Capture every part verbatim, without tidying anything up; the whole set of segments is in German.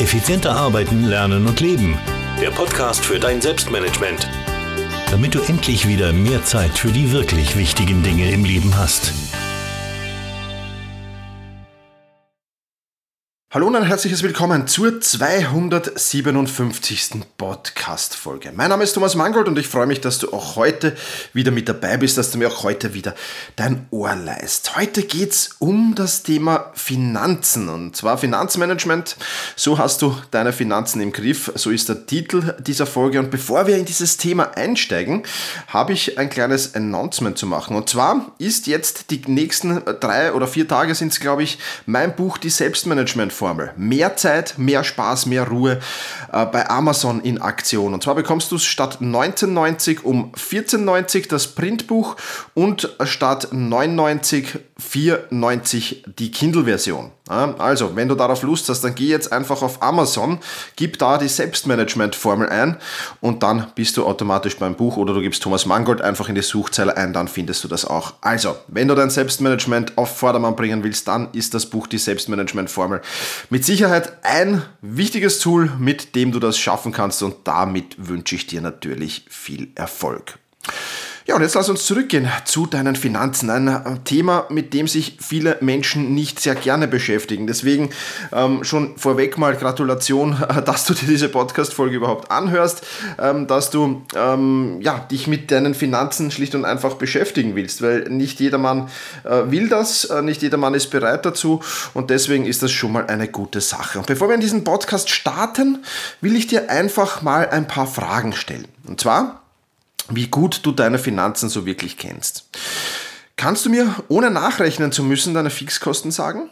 Effizienter arbeiten, lernen und leben. Der Podcast für dein Selbstmanagement. Damit du endlich wieder mehr Zeit für die wirklich wichtigen Dinge im Leben hast. Hallo und ein herzliches Willkommen zur zweihundertsiebenundfünfzigsten Podcast-Folge. Mein Name ist Thomas Mangold und ich freue mich, dass du auch heute wieder mit dabei bist, dass du mir auch heute wieder dein Ohr leihst. Heute geht's um das Thema Finanzen und zwar Finanzmanagement. So hast du deine Finanzen im Griff, so ist der Titel dieser Folge. Und bevor wir in dieses Thema einsteigen, habe ich ein kleines Announcement zu machen. Und zwar ist jetzt die nächsten drei oder vier Tage sind es, glaube ich, mein Buch Die Selbstmanagement-Formel. Mehr Zeit, mehr Spaß, mehr Ruhe äh, bei Amazon in Aktion. Und zwar bekommst du es statt neunzehn neunzig um vierzehn neunzig das Printbuch und statt neun neunzig vier neunzig die Kindle-Version. Ja, also, wenn du darauf Lust hast, dann geh jetzt einfach auf Amazon, gib da die Selbstmanagement-Formel ein und dann bist du automatisch beim Buch oder du gibst Thomas Mangold einfach in die Suchzeile ein, dann findest du das auch. Also, wenn du dein Selbstmanagement auf Vordermann bringen willst, dann ist das Buch die Selbstmanagement-Formel mit Sicherheit ein wichtiges Tool, mit dem du das schaffen kannst und damit wünsche ich dir natürlich viel Erfolg. Ja, und jetzt lass uns zurückgehen zu deinen Finanzen. Ein Thema, mit dem sich viele Menschen nicht sehr gerne beschäftigen. Deswegen ähm, schon vorweg mal Gratulation, dass du dir diese Podcast-Folge überhaupt anhörst, ähm, dass du ähm, ja, dich mit deinen Finanzen schlicht und einfach beschäftigen willst, weil nicht jedermann äh, will das, äh, nicht jedermann ist bereit dazu und deswegen ist das schon mal eine gute Sache. Und bevor wir in diesen Podcast starten, will ich dir einfach mal ein paar Fragen stellen. Und zwar, wie gut du deine Finanzen so wirklich kennst. Kannst du mir, ohne nachrechnen zu müssen, deine Fixkosten sagen?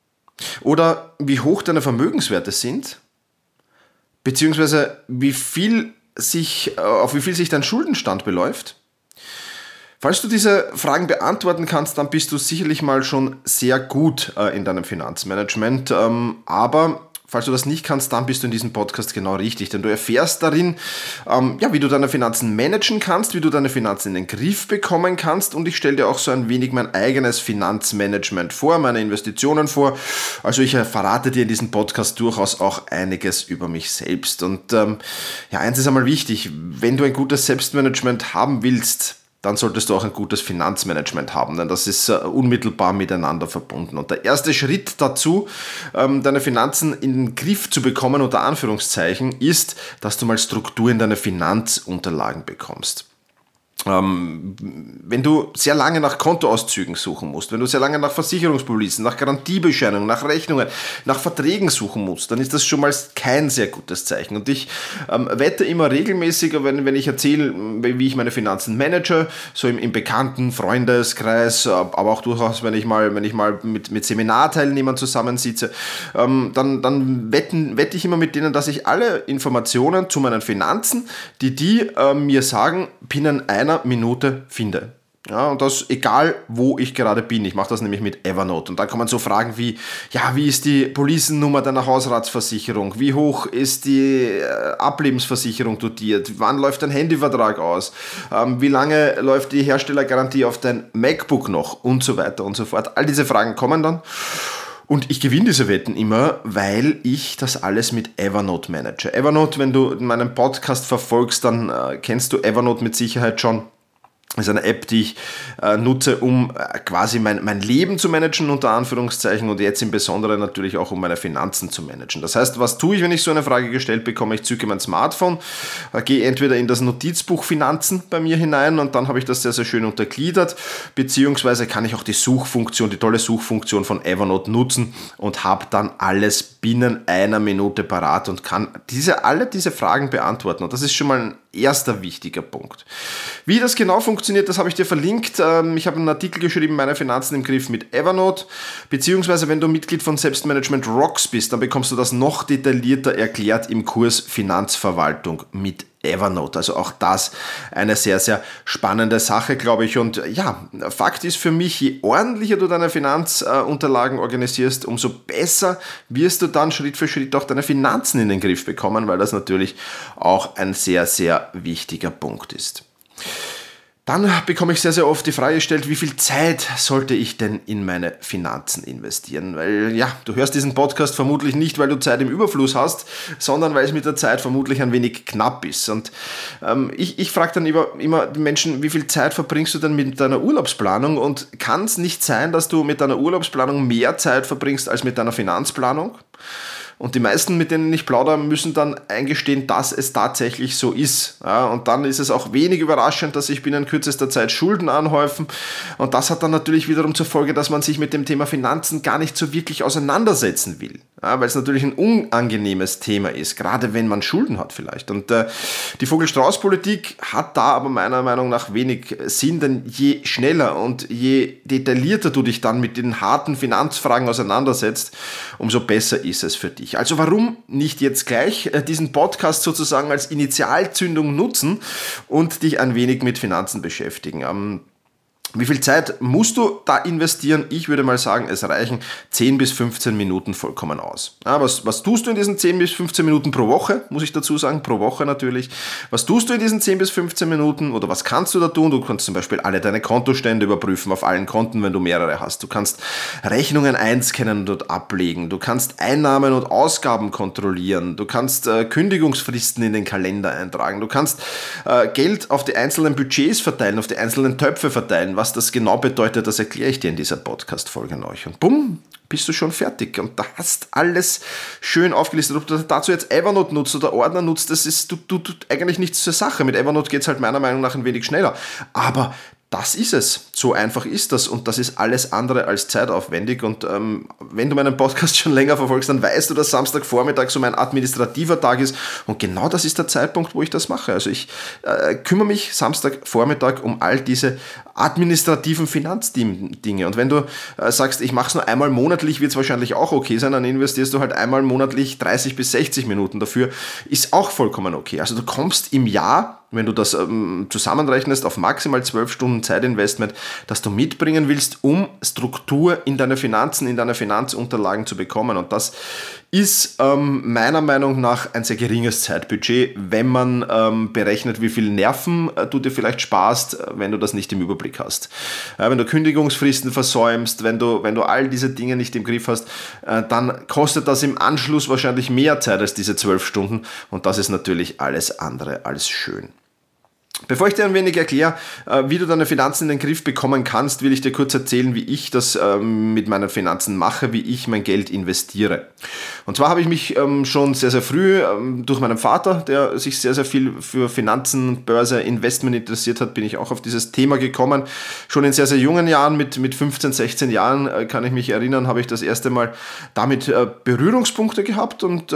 Oder wie hoch deine Vermögenswerte sind? Beziehungsweise wie viel sich, auf wie viel sich dein Schuldenstand beläuft? Falls du diese Fragen beantworten kannst, dann bist du sicherlich mal schon sehr gut in deinem Finanzmanagement. Aber falls du das nicht kannst, dann bist du in diesem Podcast genau richtig, denn du erfährst darin, ähm, ja, wie du deine Finanzen managen kannst, wie du deine Finanzen in den Griff bekommen kannst und ich stelle dir auch so ein wenig mein eigenes Finanzmanagement vor, meine Investitionen vor. Also ich verrate dir in diesem Podcast durchaus auch einiges über mich selbst. Und ähm, ja, eins ist einmal wichtig, wenn du ein gutes Selbstmanagement haben willst, dann solltest du auch ein gutes Finanzmanagement haben, denn das ist uh, unmittelbar miteinander verbunden. Und der erste Schritt dazu, ähm, deine Finanzen in den Griff zu bekommen, unter Anführungszeichen, ist, dass du mal Struktur in deine Finanzunterlagen bekommst. Ähm, wenn du sehr lange nach Kontoauszügen suchen musst, wenn du sehr lange nach Versicherungspolicen, nach Garantiebescheinigungen, nach Rechnungen, nach Verträgen suchen musst, dann ist das schon mal kein sehr gutes Zeichen. Und ich ähm, wette immer regelmäßiger, wenn, wenn ich erzähle, wie ich meine Finanzen manage, so im, im bekannten Freundeskreis, aber auch durchaus, wenn ich mal, wenn ich mal mit, mit Seminarteilnehmern zusammensitze, ähm, dann, dann wetten, wette ich immer mit denen, dass ich alle Informationen zu meinen Finanzen, die die äh, mir sagen, binnen einer Minute finde. Ja, und das egal, wo ich gerade bin. Ich mache das nämlich mit Evernote. Und dann kommen so Fragen wie, ja, wie ist die Policennummer deiner Hausratsversicherung? Wie hoch ist die äh, Ablebensversicherung dotiert? Wann läuft dein Handyvertrag aus? Ähm, wie lange läuft die Herstellergarantie auf dein MacBook noch? Und so weiter und so fort. All diese Fragen kommen dann. Und ich gewinne diese Wetten immer, weil ich das alles mit Evernote manage. Evernote, wenn du meinen Podcast verfolgst, dann äh, kennst du Evernote mit Sicherheit schon. Das ist eine App, die ich äh, nutze, um äh, quasi mein, mein Leben zu managen, unter Anführungszeichen, und jetzt im Besonderen natürlich auch, um meine Finanzen zu managen. Das heißt, was tue ich, wenn ich so eine Frage gestellt bekomme? Ich zücke mein Smartphone, äh, gehe entweder in das Notizbuch Finanzen bei mir hinein und dann habe ich das sehr, sehr schön untergliedert, beziehungsweise kann ich auch die Suchfunktion, die tolle Suchfunktion von Evernote nutzen und habe dann alles binnen einer Minute parat und kann diese, alle diese Fragen beantworten. Und das ist schon mal ein erster wichtiger Punkt. Wie das genau funktioniert, das habe ich dir verlinkt. Ich habe einen Artikel geschrieben, meine Finanzen im Griff mit Evernote, beziehungsweise wenn du Mitglied von Selbstmanagement Rocks bist, dann bekommst du das noch detaillierter erklärt im Kurs Finanzverwaltung mit Evernote. Also auch das eine sehr, sehr spannende Sache, glaube ich. Und ja, Fakt ist für mich, je ordentlicher du deine Finanzunterlagen organisierst, umso besser wirst du dann Schritt für Schritt auch deine Finanzen in den Griff bekommen, weil das natürlich auch ein sehr, sehr wichtiger Punkt ist. Dann bekomme ich sehr, sehr oft die Frage gestellt, wie viel Zeit sollte ich denn in meine Finanzen investieren? Weil ja, du hörst diesen Podcast vermutlich nicht, weil du Zeit im Überfluss hast, sondern weil es mit der Zeit vermutlich ein wenig knapp ist. Und ähm, ich, ich frage dann immer, immer die Menschen, wie viel Zeit verbringst du denn mit deiner Urlaubsplanung? Und kann es nicht sein, dass du mit deiner Urlaubsplanung mehr Zeit verbringst als mit deiner Finanzplanung? Und die meisten, mit denen ich plaudere, müssen dann eingestehen, dass es tatsächlich so ist. Ja, und dann ist es auch wenig überraschend, dass sich binnen kürzester Zeit Schulden anhäufen. Und das hat dann natürlich wiederum zur Folge, dass man sich mit dem Thema Finanzen gar nicht so wirklich auseinandersetzen will. Ja, weil es natürlich ein unangenehmes Thema ist, gerade wenn man Schulden hat vielleicht. Und äh, die Vogel-Strauß-Politik hat da aber meiner Meinung nach wenig Sinn, denn je schneller und je detaillierter du dich dann mit den harten Finanzfragen auseinandersetzt, umso besser ist es für dich. Also warum nicht jetzt gleich diesen Podcast sozusagen als Initialzündung nutzen und dich ein wenig mit Finanzen beschäftigen? Ähm, Wie viel Zeit musst du da investieren? Ich würde mal sagen, es reichen zehn bis fünfzehn Minuten vollkommen aus. Ja, was, was tust du in diesen zehn bis fünfzehn Minuten pro Woche? Muss ich dazu sagen, pro Woche natürlich. Was tust du in diesen zehn bis fünfzehn Minuten oder was kannst du da tun? Du kannst zum Beispiel alle deine Kontostände überprüfen auf allen Konten, wenn du mehrere hast. Du kannst Rechnungen einscannen und dort ablegen. Du kannst Einnahmen und Ausgaben kontrollieren. Du kannst äh, Kündigungsfristen in den Kalender eintragen. Du kannst äh, Geld auf die einzelnen Budgets verteilen, auf die einzelnen Töpfe verteilen. Was das genau bedeutet, das erkläre ich dir in dieser Podcast-Folge noch. Und bumm, bist du schon fertig. Und da hast alles schön aufgelistet. Ob du dazu jetzt Evernote nutzt oder Ordner nutzt, das ist tut, tut, tut eigentlich nichts zur Sache. Mit Evernote geht es halt meiner Meinung nach ein wenig schneller. Aber das ist es. So einfach ist das. Und das ist alles andere als zeitaufwendig. Und ähm, wenn du meinen Podcast schon länger verfolgst, dann weißt du, dass Samstagvormittag so mein administrativer Tag ist. Und genau das ist der Zeitpunkt, wo ich das mache. Also ich äh, kümmere mich Samstagvormittag um all diese administrativen Finanzdinge. Und wenn du äh, sagst, ich mache es nur einmal monatlich, wird es wahrscheinlich auch okay sein, dann investierst du halt einmal monatlich dreißig bis sechzig Minuten dafür. Ist auch vollkommen okay. Also du kommst im Jahr, wenn du das ähm, zusammenrechnest, auf maximal zwölf Stunden Zeitinvestment, das du mitbringen willst, um Struktur in deine Finanzen, in deine Finanzunterlagen zu bekommen. Und das ist ähm, meiner Meinung nach ein sehr geringes Zeitbudget, wenn man ähm, berechnet, wie viel Nerven äh, du dir vielleicht sparst, wenn du das nicht im Überblick hast. Äh, wenn du Kündigungsfristen versäumst, wenn du, wenn du all diese Dinge nicht im Griff hast, äh, dann kostet das im Anschluss wahrscheinlich mehr Zeit als diese zwölf Stunden und das ist natürlich alles andere als schön. Bevor ich dir ein wenig erkläre, wie du deine Finanzen in den Griff bekommen kannst, will ich dir kurz erzählen, wie ich das mit meinen Finanzen mache, wie ich mein Geld investiere. Und zwar habe ich mich schon sehr, sehr früh durch meinen Vater, der sich sehr, sehr viel für Finanzen, Börse, Investment interessiert hat, bin ich auch auf dieses Thema gekommen. Schon in sehr, sehr jungen Jahren, mit, mit fünfzehn, sechzehn Jahren, kann ich mich erinnern, habe ich das erste Mal damit Berührungspunkte gehabt und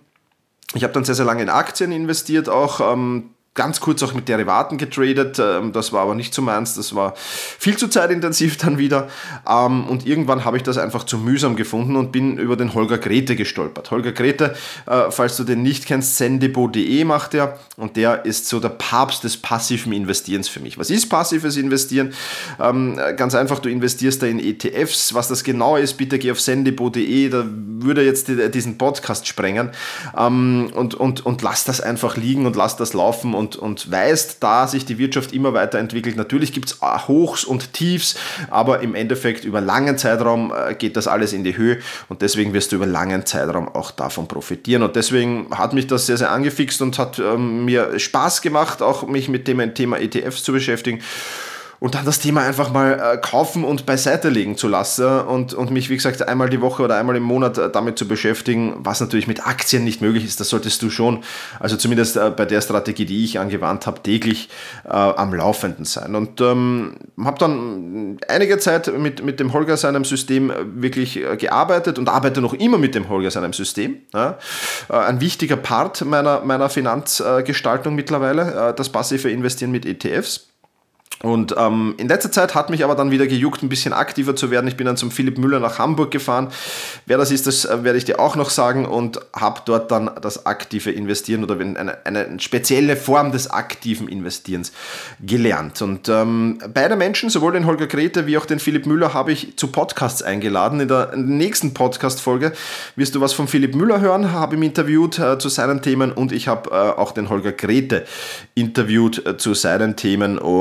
ich habe dann sehr, sehr lange in Aktien investiert, auch ganz kurz auch mit Derivaten getradet, das war aber nicht so meins, das war viel zu zeitintensiv dann wieder und irgendwann habe ich das einfach zu mühsam gefunden und bin über den Holger Grete gestolpert. Holger Grete, falls du den nicht kennst, Zendepot punkt de macht er und der ist so der Papst des passiven Investierens für mich. Was ist passives Investieren? Ganz einfach, du investierst da in E T Fs, was das genau ist, bitte geh auf Zendepot punkt de, da würde jetzt diesen Podcast sprengen und, und, und lass das einfach liegen und lass das laufen und, und weißt, da sich die Wirtschaft immer weiterentwickelt. Natürlich gibt es Hochs und Tiefs, aber im Endeffekt über langen Zeitraum geht das alles in die Höhe und deswegen wirst du über langen Zeitraum auch davon profitieren. Und deswegen hat mich das sehr, sehr angefixt und hat ähm, mir Spaß gemacht, auch mich mit dem Thema E T Fs zu beschäftigen. Und dann das Thema einfach mal äh, kaufen und beiseite legen zu lassen und, und mich, wie gesagt, einmal die Woche oder einmal im Monat äh, damit zu beschäftigen, was natürlich mit Aktien nicht möglich ist. Das solltest du schon, also zumindest äh, bei der Strategie, die ich angewandt habe, täglich äh, am Laufenden sein. Und ähm, habe dann einige Zeit mit, mit dem Holger seinem System wirklich äh, gearbeitet und arbeite noch immer mit dem Holger seinem System. Ja? Äh, ein wichtiger Part meiner, meiner Finanzgestaltung äh, mittlerweile, äh, das passive Investieren mit E T Fs. Und ähm, in letzter Zeit hat mich aber dann wieder gejuckt, ein bisschen aktiver zu werden. Ich bin dann zum Philipp Müller nach Hamburg gefahren. Wer das ist, das werde ich dir auch noch sagen und habe dort dann das aktive Investieren oder eine, eine spezielle Form des aktiven Investierens gelernt. Und ähm, beide Menschen, sowohl den Holger Grete wie auch den Philipp Müller, habe ich zu Podcasts eingeladen. In der nächsten Podcast-Folge wirst du was von Philipp Müller hören, habe ihn interviewt äh, zu seinen Themen und ich habe äh, auch den Holger Grete interviewt äh, zu seinen Themen und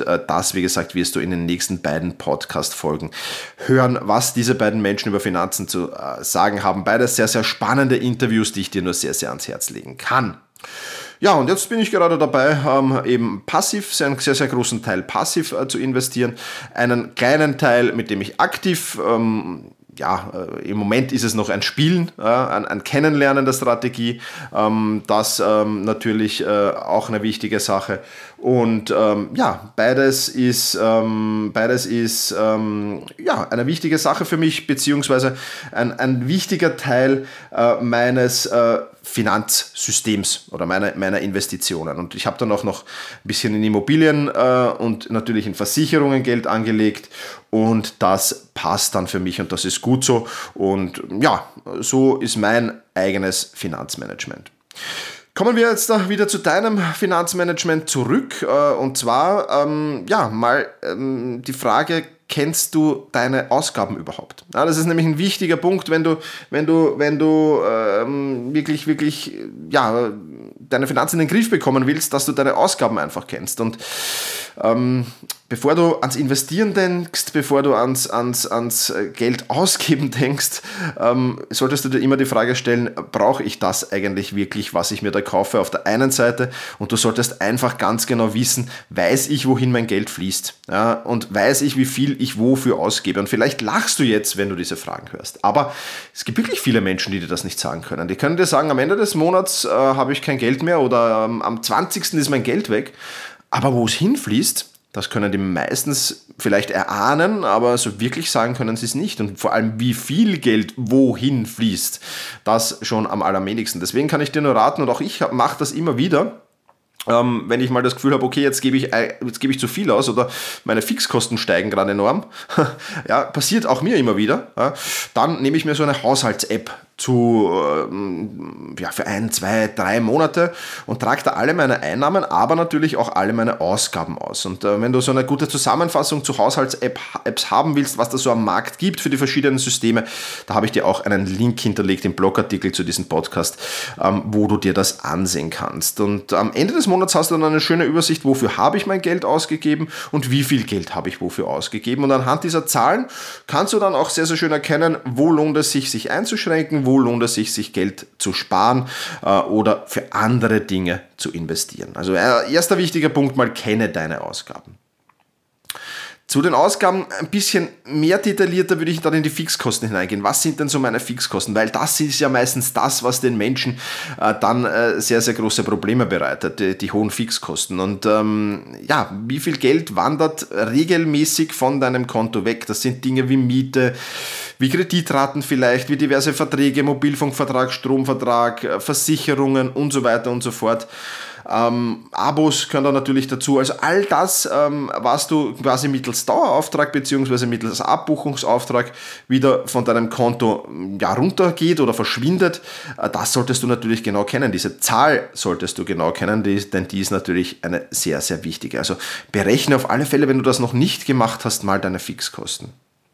äh, das, wie gesagt, wirst du in den nächsten beiden Podcast-Folgen hören, was diese beiden Menschen über Finanzen zu äh, sagen haben. Beide sehr, sehr spannende Interviews, die ich dir nur sehr, sehr ans Herz legen kann. Ja, und jetzt bin ich gerade dabei, ähm, eben passiv, sehr, einen sehr, sehr großen Teil passiv äh, zu investieren. Einen kleinen Teil, mit dem ich aktiv, ähm, ja, äh, im Moment ist es noch ein Spielen, äh, ein, ein Kennenlernen der Strategie. Ähm, das ähm, natürlich äh, auch eine wichtige Sache. Und ähm, ja, beides ist, ähm, beides ist ähm, ja, eine wichtige Sache für mich, beziehungsweise ein, ein wichtiger Teil äh, meines äh, Finanzsystems oder meiner, meiner Investitionen. Und ich habe dann auch noch ein bisschen in Immobilien äh, und natürlich in Versicherungen Geld angelegt und das passt dann für mich und das ist gut so. Und ja, so ist mein eigenes Finanzmanagement. Kommen wir jetzt da wieder zu deinem Finanzmanagement zurück äh, und zwar ähm, ja mal ähm, die Frage: Kennst du deine Ausgaben überhaupt? Ja, das ist nämlich ein wichtiger Punkt, wenn du, wenn du, wenn du ähm, wirklich, wirklich ja, deine Finanzen in den Griff bekommen willst, dass du deine Ausgaben einfach kennst. Und ähm, bevor du ans Investieren denkst, bevor du ans, ans, ans Geld ausgeben denkst, ähm, solltest du dir immer die Frage stellen, brauche ich das eigentlich wirklich, was ich mir da kaufe, auf der einen Seite, und du solltest einfach ganz genau wissen, weiß ich, wohin mein Geld fließt, ja, und weiß ich, wie viel ich wofür ausgebe. Und vielleicht lachst du jetzt, wenn du diese Fragen hörst, aber es gibt wirklich viele Menschen, die dir das nicht sagen können. Die können dir sagen, am Ende des Monats äh, habe ich kein Geld mehr oder ähm, am zwanzigsten ist mein Geld weg, aber wo es hinfließt, das können die meistens vielleicht erahnen, aber so wirklich sagen können sie es nicht. Und vor allem, wie viel Geld wohin fließt, das schon am allerwenigsten. Deswegen kann ich dir nur raten, und auch ich mache das immer wieder, Ähm, wenn ich mal das Gefühl habe, okay, jetzt gebe ich, jetzt gebe ich zu viel aus oder meine Fixkosten steigen gerade enorm, ja, passiert auch mir immer wieder, ja, dann nehme ich mir so eine Haushalts-App zu, ähm, ja, für ein, zwei, drei Monate und trage da alle meine Einnahmen, aber natürlich auch alle meine Ausgaben aus. Und äh, wenn du so eine gute Zusammenfassung zu Haushalts-Apps haben willst, was da so am Markt gibt für die verschiedenen Systeme, da habe ich dir auch einen Link hinterlegt im Blogartikel zu diesem Podcast, ähm, wo du dir das ansehen kannst. Und am Ende des Monats hast du dann eine schöne Übersicht, wofür habe ich mein Geld ausgegeben und wie viel Geld habe ich wofür ausgegeben. Und anhand dieser Zahlen kannst du dann auch sehr, sehr schön erkennen, wo lohnt es sich, sich einzuschränken, wo lohnt es sich, sich Geld zu sparen äh, oder für andere Dinge zu investieren. Also äh, erster wichtiger Punkt, mal kenne deine Ausgaben. Zu den Ausgaben ein bisschen mehr detaillierter würde ich dann in die Fixkosten hineingehen. Was sind denn so meine Fixkosten? Weil das ist ja meistens das, was den Menschen äh, dann äh, sehr, sehr große Probleme bereitet, die, die hohen Fixkosten. Und ähm, ja, wie viel Geld wandert regelmäßig von deinem Konto weg? Das sind Dinge wie Miete, wie Kreditraten vielleicht, wie diverse Verträge, Mobilfunkvertrag, Stromvertrag, Versicherungen und so weiter und so fort. Ähm, Abos können da natürlich dazu, also all das, ähm, was du quasi mittels Dauerauftrag bzw. mittels Abbuchungsauftrag wieder von deinem Konto ja, runtergeht oder verschwindet, äh, das solltest du natürlich genau kennen. Diese Zahl solltest du genau kennen, die, denn die ist natürlich eine sehr, sehr wichtige. Also berechne auf alle Fälle, wenn du das noch nicht gemacht hast, mal deine Fixkosten.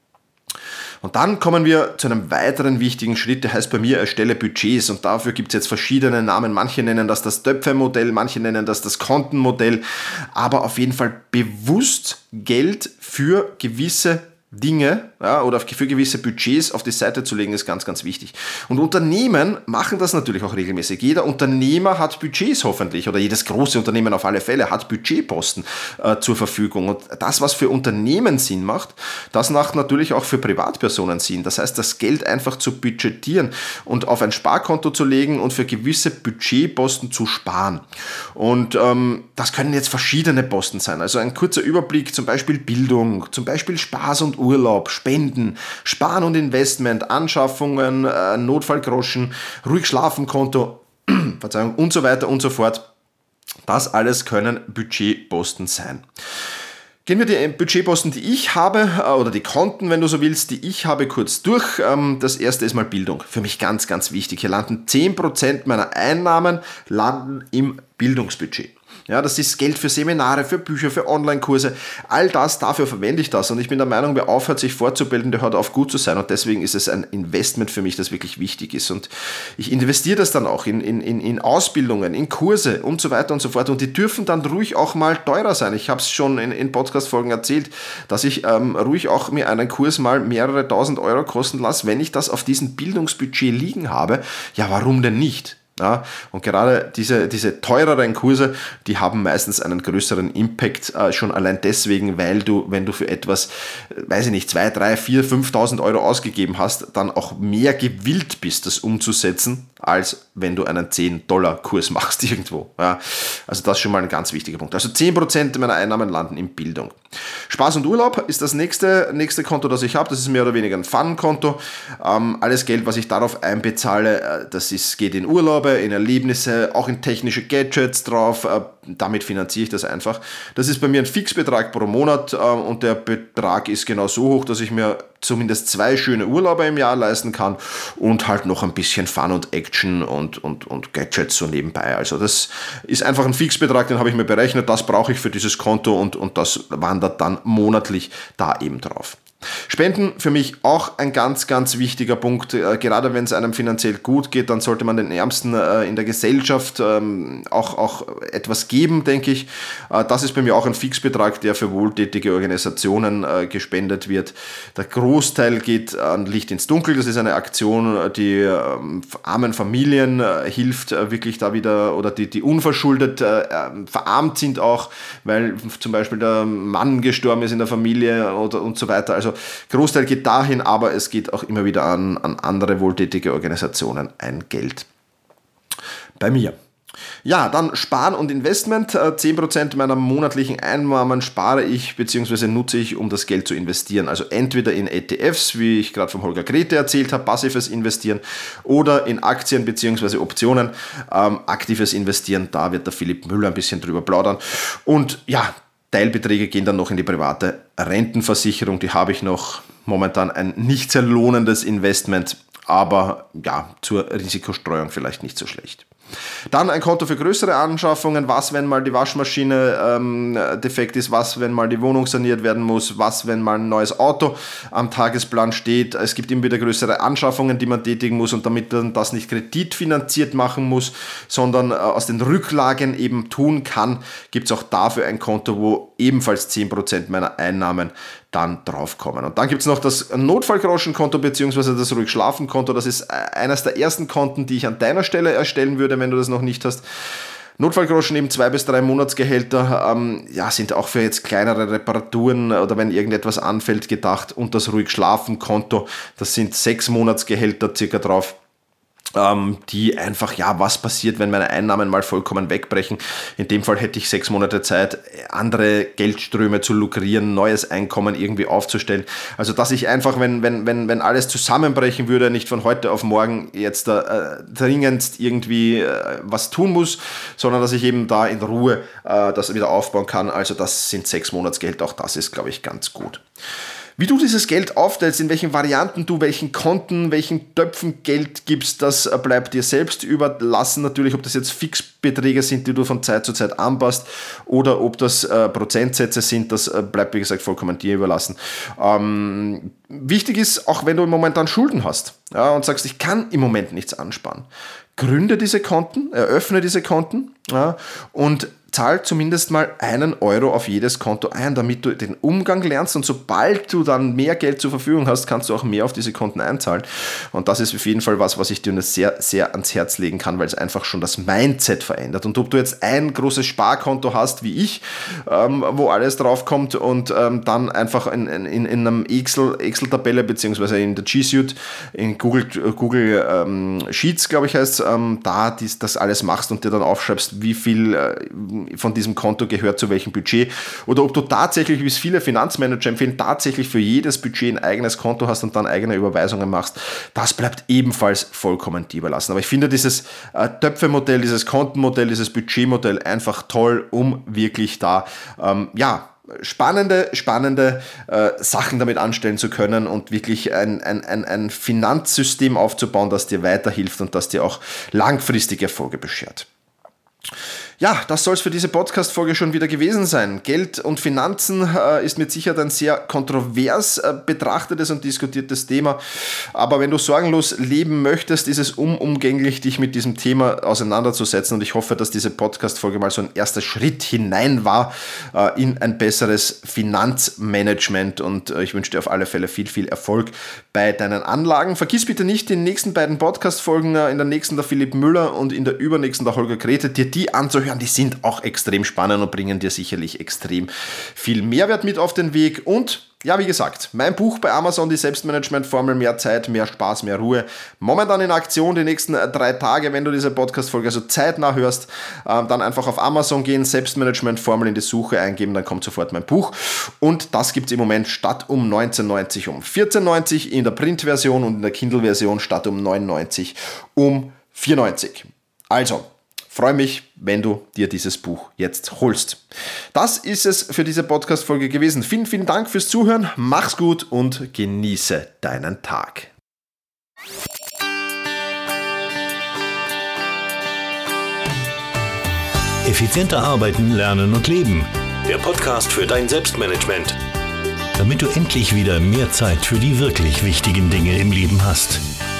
Und dann kommen wir zu einem weiteren wichtigen Schritt, der heißt bei mir, erstelle Budgets, und dafür gibt es jetzt verschiedene Namen. Manche nennen das das Töpfe-Modell, manche nennen das das Kontenmodell, aber auf jeden Fall bewusst Geld für gewisse Dinge, ja, oder für gewisse Budgets auf die Seite zu legen, ist ganz, ganz wichtig. Und Unternehmen machen das natürlich auch regelmäßig. Jeder Unternehmer hat Budgets hoffentlich, oder jedes große Unternehmen auf alle Fälle hat Budgetposten äh, zur Verfügung. Und das, was für Unternehmen Sinn macht, das macht natürlich auch für Privatpersonen Sinn. Das heißt, das Geld einfach zu budgetieren und auf ein Sparkonto zu legen und für gewisse Budgetposten zu sparen. Und ähm, das können jetzt verschiedene Posten sein. Also ein kurzer Überblick, zum Beispiel Bildung, zum Beispiel Spaß und Urlaub, Spenden, Sparen und Investment, Anschaffungen, äh, Notfallgroschen, ruhig Schlafenkonto, Verzeihung, und so weiter und so fort. Das alles können Budgetposten sein. Gehen wir die Budgetposten, die ich habe, oder die Konten, wenn du so willst, die ich habe, kurz durch. Das erste ist mal Bildung. Für mich ganz, ganz wichtig. Hier landen zehn Prozent meiner Einnahmen landen im Bildungsbudget. Ja, das ist Geld für Seminare, für Bücher, für Online-Kurse. All das, dafür verwende ich das. Und ich bin der Meinung, wer aufhört, sich fortzubilden, der hört auf, gut zu sein. Und deswegen ist es ein Investment für mich, das wirklich wichtig ist. Und ich investiere das dann auch in, in, in Ausbildungen, in Kurse und so weiter und so fort. Und die dürfen dann ruhig auch mal teurer sein. Ich habe es schon in, in Podcast-Folgen erzählt, dass ich ähm, ruhig auch mir einen Kurs mal mehrere tausend Euro kosten lasse, wenn ich das auf diesem Bildungsbudget liegen habe. Ja, warum denn nicht? Ja, und gerade diese, diese teureren Kurse, die haben meistens einen größeren Impact, äh, schon allein deswegen, weil du, wenn du für etwas, weiß ich nicht, zwei, drei, vier, fünftausend Euro ausgegeben hast, dann auch mehr gewillt bist, das umzusetzen, als wenn du einen zehn Dollar Kurs machst irgendwo. Ja, also das ist schon mal ein ganz wichtiger Punkt. Also zehn Prozent meiner Einnahmen landen in Bildung. Spaß und Urlaub ist das nächste, nächste Konto, das ich habe. Das ist mehr oder weniger ein Fun-Konto. Ähm, alles Geld, was ich darauf einbezahle, das ist, geht in Urlaube, in Erlebnisse, auch in technische Gadgets drauf. Äh, damit finanziere ich das einfach. Das ist bei mir ein Fixbetrag pro Monat äh, und der Betrag ist genau so hoch, dass ich mir zumindest zwei schöne Urlaube im Jahr leisten kann und halt noch ein bisschen Fun und Action und, und, und Gadgets so nebenbei. Also das ist einfach ein Fixbetrag, den habe ich mir berechnet, das brauche ich für dieses Konto und, und das wandert dann monatlich da eben drauf. Spenden für mich auch ein ganz, ganz wichtiger Punkt. Gerade wenn es einem finanziell gut geht, dann sollte man den Ärmsten in der Gesellschaft auch, auch etwas geben, denke ich. Das ist bei mir auch ein Fixbetrag, der für wohltätige Organisationen gespendet wird. Der Großteil geht an Licht ins Dunkel. Das ist eine Aktion, die armen Familien hilft, wirklich da wieder, oder die, die unverschuldet verarmt sind auch, weil zum Beispiel der Mann gestorben ist in der Familie oder und so weiter. Also Großteil geht dahin, aber es geht auch immer wieder an, an andere wohltätige Organisationen ein Geld. Bei mir. Ja, dann Sparen und Investment. zehn Prozent meiner monatlichen Einnahmen spare ich bzw. nutze ich, um das Geld zu investieren. Also entweder in E T Fs, wie ich gerade vom Holger Grete erzählt habe, passives Investieren, oder in Aktien bzw. Optionen, ähm, aktives Investieren. Da wird der Philipp Müller ein bisschen drüber plaudern. Und ja, Teilbeträge gehen dann noch in die private Rentenversicherung. Die habe ich noch. Momentan ein nicht sehr lohnendes Investment, aber ja, zur Risikostreuung vielleicht nicht so schlecht. Dann ein Konto für größere Anschaffungen. Was, wenn mal die Waschmaschine ähm, defekt ist? Was, wenn mal die Wohnung saniert werden muss? Was, wenn mal ein neues Auto am Tagesplan steht? Es gibt immer wieder größere Anschaffungen, die man tätigen muss, und damit man das nicht kreditfinanziert machen muss, sondern äh, aus den Rücklagen eben tun kann, gibt es auch dafür ein Konto, wo ebenfalls zehn Prozent meiner Einnahmen dann draufkommen. Und dann gibt es noch das Notfallgroschenkonto bzw. das Ruhig-Schlafen-Konto. Das ist eines der ersten Konten, die ich an deiner Stelle erstellen würde, wenn du das noch nicht hast. Notfallgroschen, eben zwei bis drei Monatsgehälter, ähm, ja, sind auch für jetzt kleinere Reparaturen oder wenn irgendetwas anfällt gedacht. Und das Ruhig-Schlafen-Konto, das sind sechs Monatsgehälter circa drauf, die einfach, ja, was passiert, wenn meine Einnahmen mal vollkommen wegbrechen. In dem Fall hätte ich sechs Monate Zeit, andere Geldströme zu lukrieren, neues Einkommen irgendwie aufzustellen. Also, dass ich einfach, wenn, wenn, wenn, wenn alles zusammenbrechen würde, nicht von heute auf morgen jetzt äh, dringendst irgendwie äh, was tun muss, sondern dass ich eben da in Ruhe äh, das wieder aufbauen kann. Also, das sind sechs Monatsgeld, auch das ist, glaube ich, ganz gut. Wie du dieses Geld aufteilst, in welchen Varianten du welchen Konten, welchen Töpfen Geld gibst, das bleibt dir selbst überlassen. Natürlich, ob das jetzt Fixbeträge sind, die du von Zeit zu Zeit anpasst, oder ob das äh, Prozentsätze sind, das äh, bleibt, wie gesagt, vollkommen dir überlassen. Ähm, wichtig ist, auch wenn du im Moment dann Schulden hast, ja, und sagst, ich kann im Moment nichts ansparen, gründe diese Konten, eröffne diese Konten, ja, und zahl zumindest mal einen Euro auf jedes Konto ein, damit du den Umgang lernst, und sobald du dann mehr Geld zur Verfügung hast, kannst du auch mehr auf diese Konten einzahlen. Und das ist auf jeden Fall was, was ich dir sehr, sehr ans Herz legen kann, weil es einfach schon das Mindset verändert. Und ob du jetzt ein großes Sparkonto hast, wie ich, ähm, wo alles drauf kommt, und ähm, dann einfach in, in, in einem Excel, Excel-Tabelle beziehungsweise in der G Suite, in Google, Google ähm, Sheets, glaube ich heißt, ähm, da dies, das alles machst und dir dann aufschreibst, wie viel äh, von diesem Konto gehört zu welchem Budget, oder ob du tatsächlich, wie es viele Finanzmanager empfehlen, tatsächlich für jedes Budget ein eigenes Konto hast und dann eigene Überweisungen machst. Das bleibt ebenfalls vollkommen dir überlassen. Aber ich finde dieses äh, Töpfe-Modell, dieses Kontenmodell, dieses Budgetmodell einfach toll, um wirklich da, ähm, ja, spannende, spannende äh, Sachen damit anstellen zu können und wirklich ein, ein, ein, ein Finanzsystem aufzubauen, das dir weiterhilft und das dir auch langfristig Erfolge beschert. Ja, das soll es für diese Podcast-Folge schon wieder gewesen sein. Geld und Finanzen äh, ist mit Sicherheit ein sehr kontrovers äh, betrachtetes und diskutiertes Thema. Aber wenn du sorgenlos leben möchtest, ist es unumgänglich, dich mit diesem Thema auseinanderzusetzen. Und ich hoffe, dass diese Podcast-Folge mal so ein erster Schritt hinein war äh, in ein besseres Finanzmanagement. Und äh, ich wünsche dir auf alle Fälle viel, viel Erfolg bei deinen Anlagen. Vergiss bitte nicht, die nächsten beiden Podcast-Folgen, äh, in der nächsten der Philipp Müller und in der übernächsten der Holger Grete, dir die anzuhören. Die sind auch extrem spannend und bringen dir sicherlich extrem viel Mehrwert mit auf den Weg. Und ja, wie gesagt, mein Buch bei Amazon, die Selbstmanagement-Formel, mehr Zeit, mehr Spaß, mehr Ruhe. Momentan in Aktion die nächsten drei Tage, wenn du diese Podcast-Folge also zeitnah hörst, äh, dann einfach auf Amazon gehen, Selbstmanagement-Formel in die Suche eingeben, dann kommt sofort mein Buch. Und das gibt es im Moment statt um neunzehn neunzig um vierzehn neunzig in der Print-Version und in der Kindle-Version statt um neun neunzig um vier neunzig. Also, freue mich, wenn du dir dieses Buch jetzt holst. Das ist es für diese Podcast-Folge gewesen. Vielen, vielen Dank fürs Zuhören. Mach's gut und genieße deinen Tag. Effizienter arbeiten, lernen und leben. Der Podcast für dein Selbstmanagement. Damit du endlich wieder mehr Zeit für die wirklich wichtigen Dinge im Leben hast.